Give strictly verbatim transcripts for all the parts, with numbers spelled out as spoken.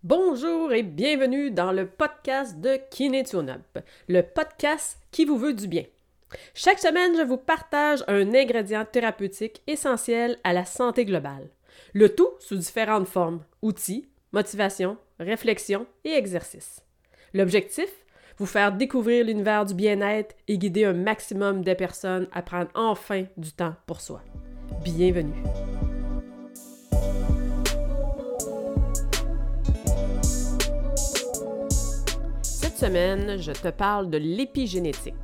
Bonjour et bienvenue dans le podcast de Kinétionup, le podcast qui vous veut du bien. Chaque semaine, je vous partage un ingrédient thérapeutique essentiel à la santé globale. Le tout sous différentes formes, outils, motivation, réflexion et exercices. L'objectif? Vous faire découvrir l'univers du bien-être et guider un maximum de personnes à prendre enfin du temps pour soi. Bienvenue! Cette semaine, je te parle de l'épigénétique.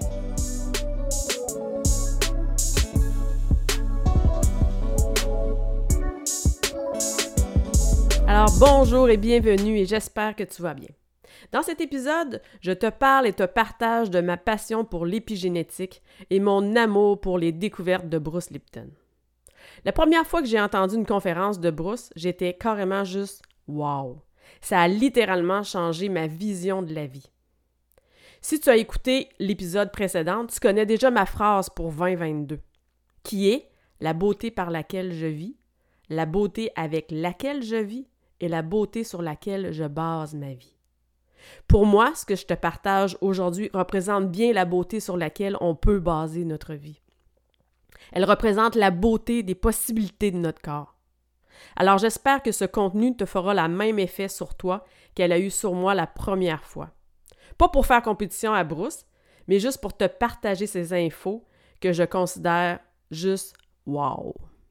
Alors bonjour et bienvenue et j'espère que tu vas bien. Dans cet épisode, je te parle et te partage de ma passion pour l'épigénétique et mon amour pour les découvertes de Bruce Lipton. La première fois que j'ai entendu une conférence de Bruce, j'étais carrément juste « wow ». Ça a littéralement changé ma vision de la vie. Si tu as écouté l'épisode précédent, tu connais déjà ma phrase pour vingt vingt-deux, qui est « la beauté par laquelle je vis, la beauté avec laquelle je vis et la beauté sur laquelle je base ma vie ». Pour moi, ce que je te partage aujourd'hui représente bien la beauté sur laquelle on peut baser notre vie. Elle représente la beauté des possibilités de notre corps. Alors j'espère que ce contenu te fera le même effet sur toi qu'elle a eu sur moi la première fois. Pas pour faire compétition à Bruce, mais juste pour te partager ces infos que je considère juste wow.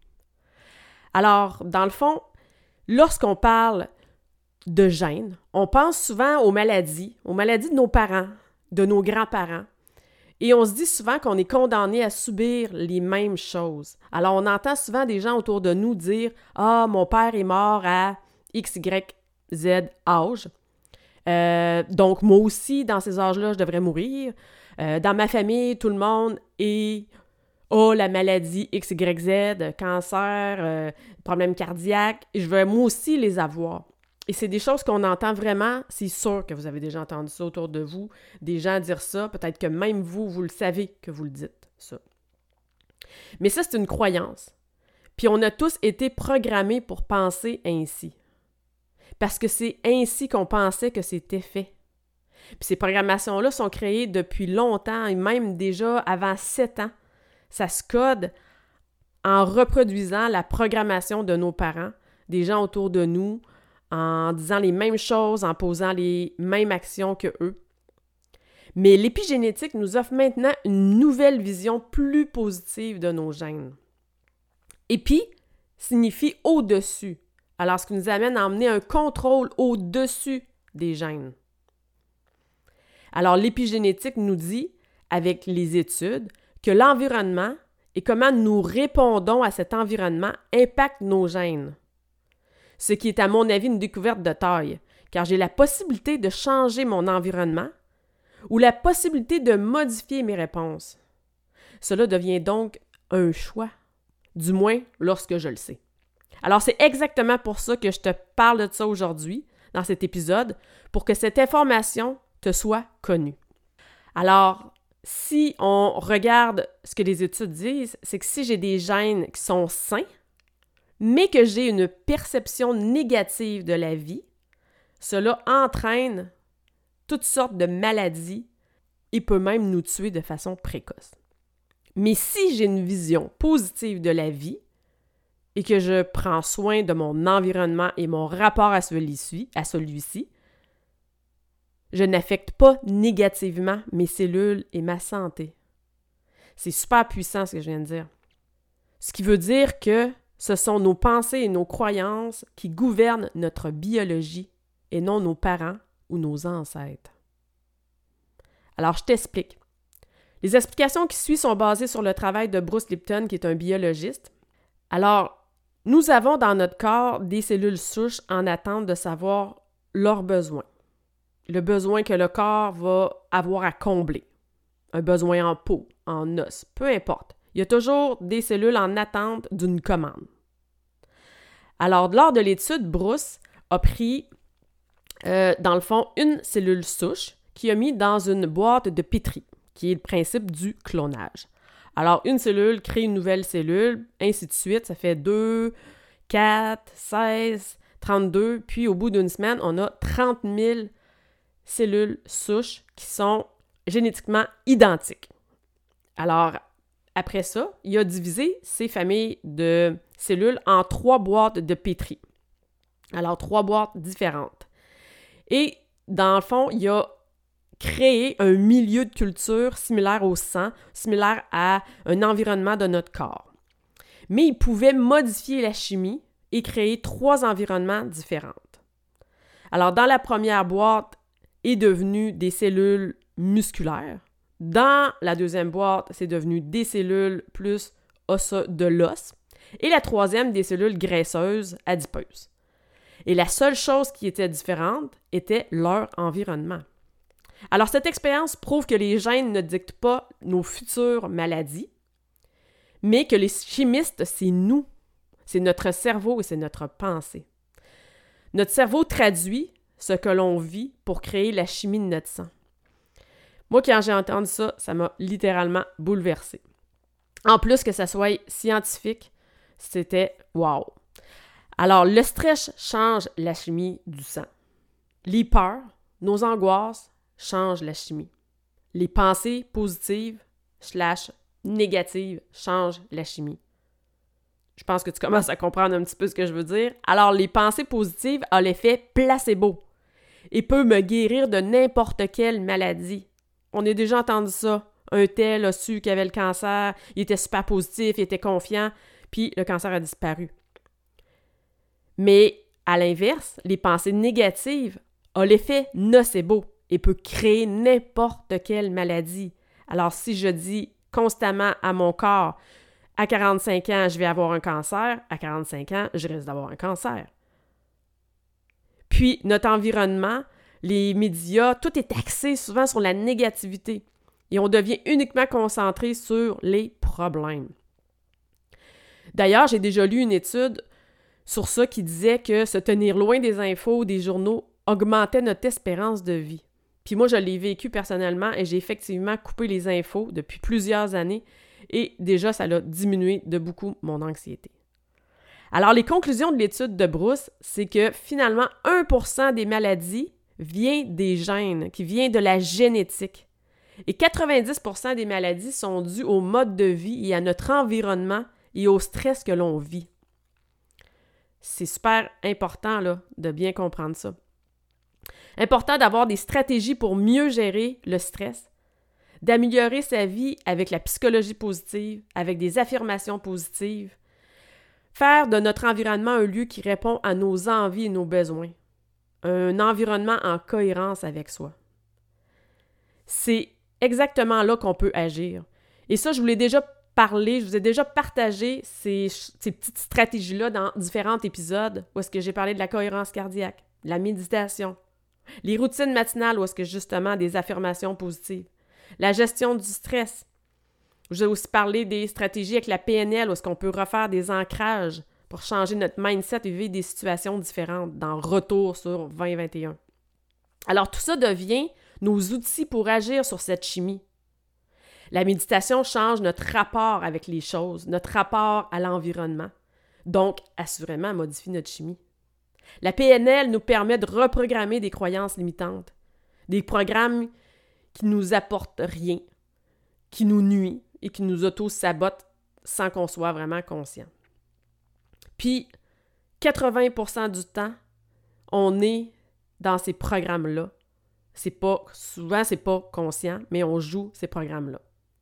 Alors, dans le fond, lorsqu'on parle de gènes, on pense souvent aux maladies, aux maladies de nos parents, de nos grands-parents. Et on se dit souvent qu'on est condamné à subir les mêmes choses. Alors, on entend souvent des gens autour de nous dire « Ah, mon père est mort à X Y Z âge. Euh, donc, moi aussi, dans ces âges-là, je devrais mourir. Euh, dans ma famille, tout le monde est, a la maladie X Y Z, cancer, euh, problème cardiaque. Et je veux moi aussi les avoir. » Et c'est des choses qu'on entend vraiment, c'est sûr que vous avez déjà entendu ça autour de vous, des gens dire ça, peut-être que même vous, vous le savez que vous le dites, ça. Mais ça, c'est une croyance. Puis on a tous été programmés pour penser ainsi. Parce que c'est ainsi qu'on pensait que c'était fait. Puis ces programmations-là sont créées depuis longtemps, et même déjà avant sept ans. Ça se code en reproduisant la programmation de nos parents, des gens autour de nous, en disant les mêmes choses, en posant les mêmes actions que eux. Mais l'épigénétique nous offre maintenant une nouvelle vision plus positive de nos gènes. Épi signifie au-dessus, alors ce qui nous amène à emmener un contrôle au-dessus des gènes. Alors l'épigénétique nous dit, avec les études, que l'environnement et comment nous répondons à cet environnement impacte nos gènes. Ce qui est à mon avis une découverte de taille, car j'ai la possibilité de changer mon environnement ou la possibilité de modifier mes réponses. Cela devient donc un choix, du moins lorsque je le sais. Alors c'est exactement pour ça que je te parle de ça aujourd'hui, dans cet épisode, pour que cette information te soit connue. Alors, si on regarde ce que les études disent, c'est que si j'ai des gènes qui sont sains, mais que j'ai une perception négative de la vie, cela entraîne toutes sortes de maladies et peut même nous tuer de façon précoce. Mais si j'ai une vision positive de la vie et que je prends soin de mon environnement et mon rapport à celui-ci, à celui-ci, je n'affecte pas négativement mes cellules et ma santé. C'est super puissant ce que je viens de dire. Ce qui veut dire que ce sont nos pensées et nos croyances qui gouvernent notre biologie et non nos parents ou nos ancêtres. Alors, je t'explique. Les explications qui suivent sont basées sur le travail de Bruce Lipton, qui est un biologiste. Alors, nous avons dans notre corps des cellules souches en attente de savoir leurs besoins. Le besoin que le corps va avoir à combler. Un besoin en peau, en os, peu importe. Il y a toujours des cellules en attente d'une commande. Alors, lors de l'étude, Bruce a pris, euh, dans le fond, une cellule souche qu'il a mis dans une boîte de pétri, qui est le principe du clonage. Alors, une cellule crée une nouvelle cellule, ainsi de suite. Ça fait deux, quatre, seize, trente-deux, puis au bout d'une semaine, on a trente mille cellules souches qui sont génétiquement identiques. Alors, après ça, il a divisé ces familles de cellules en trois boîtes de Petri. Alors, trois boîtes différentes. Et dans le fond, il a créé un milieu de culture similaire au sang, similaire à un environnement de notre corps. Mais il pouvait modifier la chimie et créer trois environnements différents. Alors, dans la première boîte est devenu des cellules musculaires. Dans la deuxième boîte, c'est devenu des cellules plus osseux de l'os. Et la troisième, des cellules graisseuses adipeuses. Et la seule chose qui était différente était leur environnement. Alors, cette expérience prouve que les gènes ne dictent pas nos futures maladies, mais que les chimistes, c'est nous. C'est notre cerveau et c'est notre pensée. Notre cerveau traduit ce que l'on vit pour créer la chimie de notre sang. Moi, quand j'ai entendu ça, ça m'a littéralement bouleversée. En plus que ça soit scientifique, c'était wow! Alors, le stress change la chimie du sang. Les peurs, nos angoisses changent la chimie. Les pensées positives slash négatives changent la chimie. Je pense que tu commences à comprendre un petit peu ce que je veux dire. Alors, les pensées positives ont l'effet placebo et peuvent me guérir de n'importe quelle maladie. On a déjà entendu ça. Un tel a su qu'il avait le cancer, il était super positif, il était confiant, puis le cancer a disparu. Mais à l'inverse, les pensées négatives ont l'effet nocebo et peuvent créer n'importe quelle maladie. Alors, si je dis constamment à mon corps, à quarante-cinq ans, je vais avoir un cancer, à quarante-cinq ans, je risque d'avoir un cancer. Puis, notre environnement, les médias, tout est axé souvent sur la négativité et on devient uniquement concentré sur les problèmes. D'ailleurs, j'ai déjà lu une étude sur ça qui disait que se tenir loin des infos, des journaux, augmentait notre espérance de vie. Puis moi, je l'ai vécu personnellement et j'ai effectivement coupé les infos depuis plusieurs années et déjà, ça a diminué de beaucoup mon anxiété. Alors, les conclusions de l'étude de Bruce, c'est que finalement, un pour cent des maladies vient des gènes, qui vient de la génétique. Et quatre-vingt-dix pour cent des maladies sont dues au mode de vie et à notre environnement et au stress que l'on vit. C'est super important là, de bien comprendre ça. Important d'avoir des stratégies pour mieux gérer le stress, d'améliorer sa vie avec la psychologie positive, avec des affirmations positives, faire de notre environnement un lieu qui répond à nos envies et nos besoins, un environnement en cohérence avec soi. C'est exactement là qu'on peut agir. Et ça, je vous l'ai déjà parlé, je vous ai déjà partagé ces, ces petites stratégies-là dans différents épisodes où est-ce que j'ai parlé de la cohérence cardiaque, de la méditation, les routines matinales où est-ce que justement des affirmations positives, la gestion du stress. J'ai aussi parlé des stratégies avec la P N L où est-ce qu'on peut refaire des ancrages pour changer notre mindset et vivre des situations différentes dans Retour sur vingt vingt et un. Alors tout ça devient nos outils pour agir sur cette chimie. La méditation change notre rapport avec les choses, notre rapport à l'environnement. Donc, assurément, modifie notre chimie. La P N L nous permet de reprogrammer des croyances limitantes, des programmes qui nous apportent rien, qui nous nuisent et qui nous auto-sabotent sans qu'on soit vraiment conscient. Puis, quatre-vingts pour cent du temps, on est dans ces programmes-là. C'est pas, souvent, c'est pas conscient, mais on joue ces programmes-là.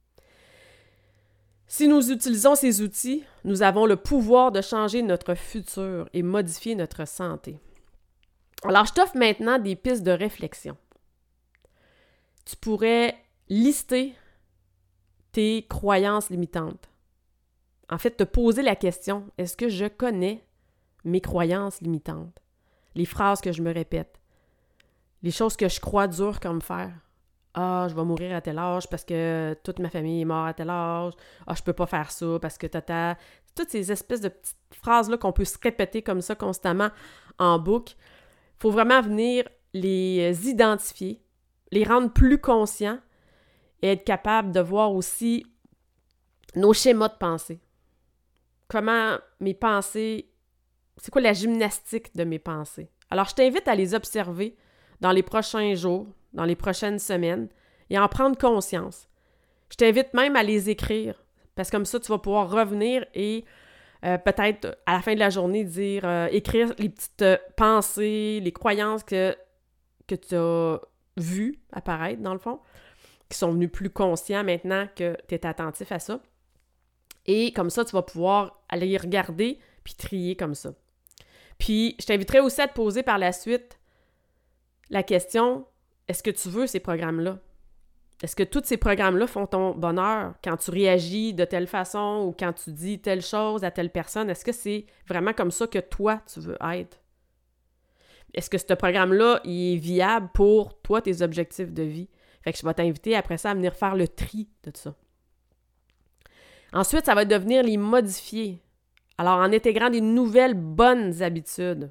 Si nous utilisons ces outils, nous avons le pouvoir de changer notre futur et modifier notre santé. Alors, je t'offre maintenant des pistes de réflexion. Tu pourrais lister tes croyances limitantes. En fait, te poser la question, est-ce que je connais mes croyances limitantes? Les phrases que je me répète, les choses que je crois dures comme faire. Ah, je vais mourir à tel âge parce que toute ma famille est morte à tel âge. Ah, je peux pas faire ça parce que tata... Toutes ces espèces de petites phrases-là qu'on peut se répéter comme ça constamment en boucle. Il faut vraiment venir les identifier, les rendre plus conscients et être capable de voir aussi nos schémas de pensée. Comment mes pensées c'est quoi la gymnastique de mes pensées. Alors, je t'invite à les observer dans les prochains jours, dans les prochaines semaines, et en prendre conscience. Je t'invite même à les écrire, parce que comme ça, tu vas pouvoir revenir et euh, peut-être à la fin de la journée dire, euh, écrire les petites euh, pensées, les croyances que, que tu as vues apparaître, dans le fond, qui sont venus plus conscients maintenant que tu es attentif à ça. Et comme ça, tu vas pouvoir aller y regarder puis trier comme ça. Puis, je t'inviterai aussi à te poser par la suite la question, est-ce que tu veux ces programmes-là? Est-ce que tous ces programmes-là font ton bonheur quand tu réagis de telle façon ou quand tu dis telle chose à telle personne? Est-ce que c'est vraiment comme ça que toi, tu veux être? Est-ce que ce programme-là il est viable pour toi, tes objectifs de vie? Fait que je vais t'inviter après ça à venir faire le tri de tout ça. Ensuite, ça va être de venir les modifier. Alors, en intégrant des nouvelles bonnes habitudes.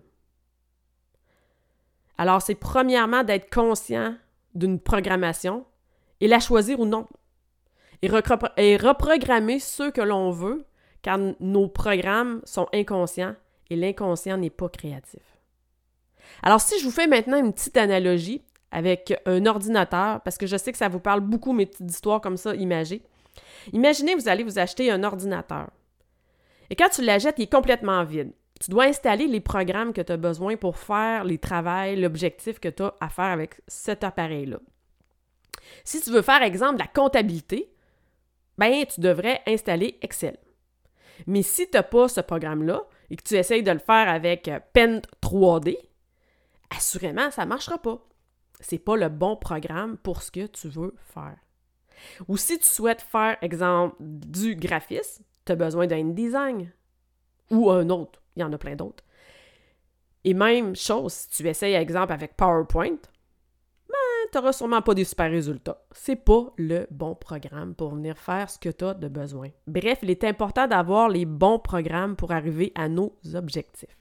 Alors, c'est premièrement d'être conscient d'une programmation et la choisir ou non. Et, recro- et reprogrammer ceux que l'on veut, car nos programmes sont inconscients et l'inconscient n'est pas créatif. Alors, si je vous fais maintenant une petite analogie avec un ordinateur, parce que je sais que ça vous parle beaucoup, mes petites histoires comme ça, imagées. Imaginez, vous allez vous acheter un ordinateur. Et quand tu l'achètes, il est complètement vide. Tu dois installer les programmes que tu as besoin pour faire les travaux, l'objectif que tu as à faire avec cet appareil-là. Si tu veux faire, exemple, la comptabilité, ben tu devrais installer Excel. Mais si tu n'as pas ce programme-là et que tu essayes de le faire avec Paint trois D, assurément, ça ne marchera pas. Ce n'est pas le bon programme pour ce que tu veux faire. Ou si tu souhaites faire, exemple, du graphisme, tu as besoin d'un InDesign ou un autre. Il y en a plein d'autres. Et même chose, si tu essayes, exemple, avec PowerPoint, ben, tu n'auras sûrement pas des super résultats. C'est pas le bon programme pour venir faire ce que tu as de besoin. Bref, il est important d'avoir les bons programmes pour arriver à nos objectifs.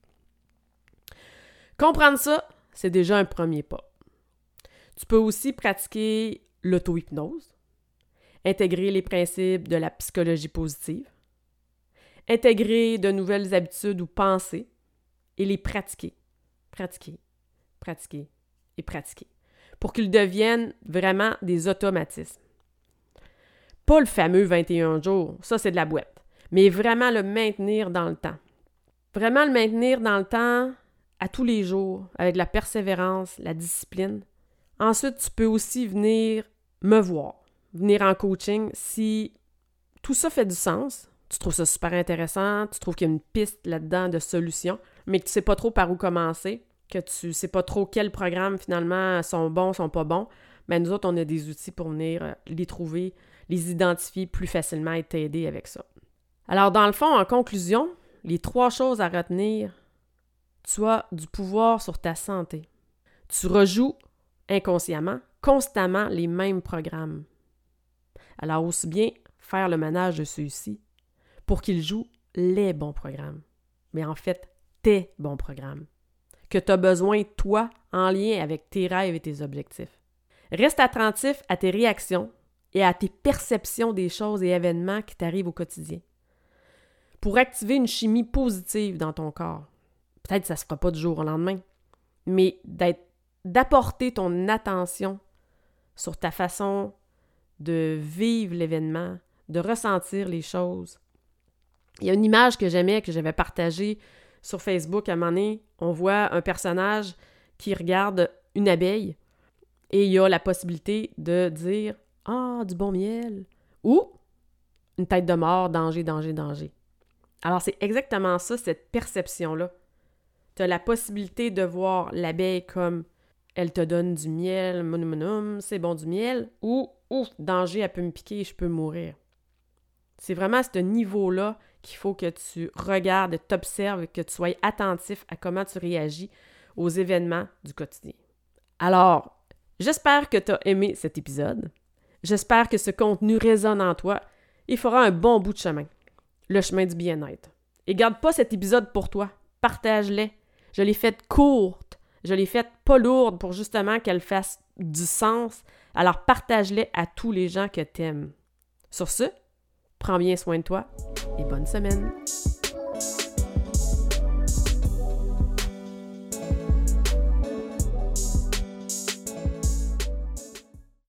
Comprendre ça, c'est déjà un premier pas. Tu peux aussi pratiquer l'auto-hypnose, intégrer les principes de la psychologie positive, intégrer de nouvelles habitudes ou pensées et les pratiquer, pratiquer, pratiquer et pratiquer pour qu'ils deviennent vraiment des automatismes. Pas le fameux vingt et un jours, ça c'est de la boîte, mais vraiment le maintenir dans le temps. Vraiment le maintenir dans le temps à tous les jours avec la persévérance, la discipline. Ensuite, tu peux aussi venir me voir, venir en coaching si tout ça fait du sens. Tu trouves ça super intéressant, tu trouves qu'il y a une piste là-dedans de solution, mais que tu ne sais pas trop par où commencer, que tu ne sais pas trop quels programmes finalement sont bons, sont pas bons, bien nous autres, on a des outils pour venir les trouver, les identifier plus facilement et t'aider avec ça. Alors dans le fond, en conclusion, les trois choses à retenir, tu as du pouvoir sur ta santé. Tu rejoues inconsciemment, constamment les mêmes programmes. Alors aussi bien faire le ménage de ceux-ci, pour qu'ils jouent les bons programmes. Mais en fait, tes bons programmes. Que tu as besoin, toi, en lien avec tes rêves et tes objectifs. Reste attentif à tes réactions et à tes perceptions des choses et événements qui t'arrivent au quotidien. Pour activer une chimie positive dans ton corps. Peut-être que ça ne se fera pas du jour au lendemain, mais d'être, d'apporter ton attention sur ta façon de vivre l'événement, de ressentir les choses. Il y a une image que j'aimais, que j'avais partagée sur Facebook à un moment donné. On voit un personnage qui regarde une abeille et il y a la possibilité de dire « Ah, du bon miel » ou « Une tête de mort, danger, danger, danger ». Alors, c'est exactement ça, cette perception-là. Tu as la possibilité de voir l'abeille comme « Elle te donne du miel, monomonum, c'est bon du miel » ou « Ouf, danger, elle peut me piquer, je peux mourir ». C'est vraiment à ce niveau-là qu'il faut que tu regardes, t'observes, que tu sois attentif à comment tu réagis aux événements du quotidien. Alors, j'espère que tu as aimé cet épisode. J'espère que ce contenu résonne en toi et fera un bon bout de chemin, le chemin du bien-être. Et garde pas cet épisode pour toi, partage-les. Je l'ai faite courte, je l'ai faite pas lourde pour justement qu'elle fasse du sens. Alors partage-les à tous les gens que t'aimes. Sur ce, prends bien soin de toi et bonne semaine!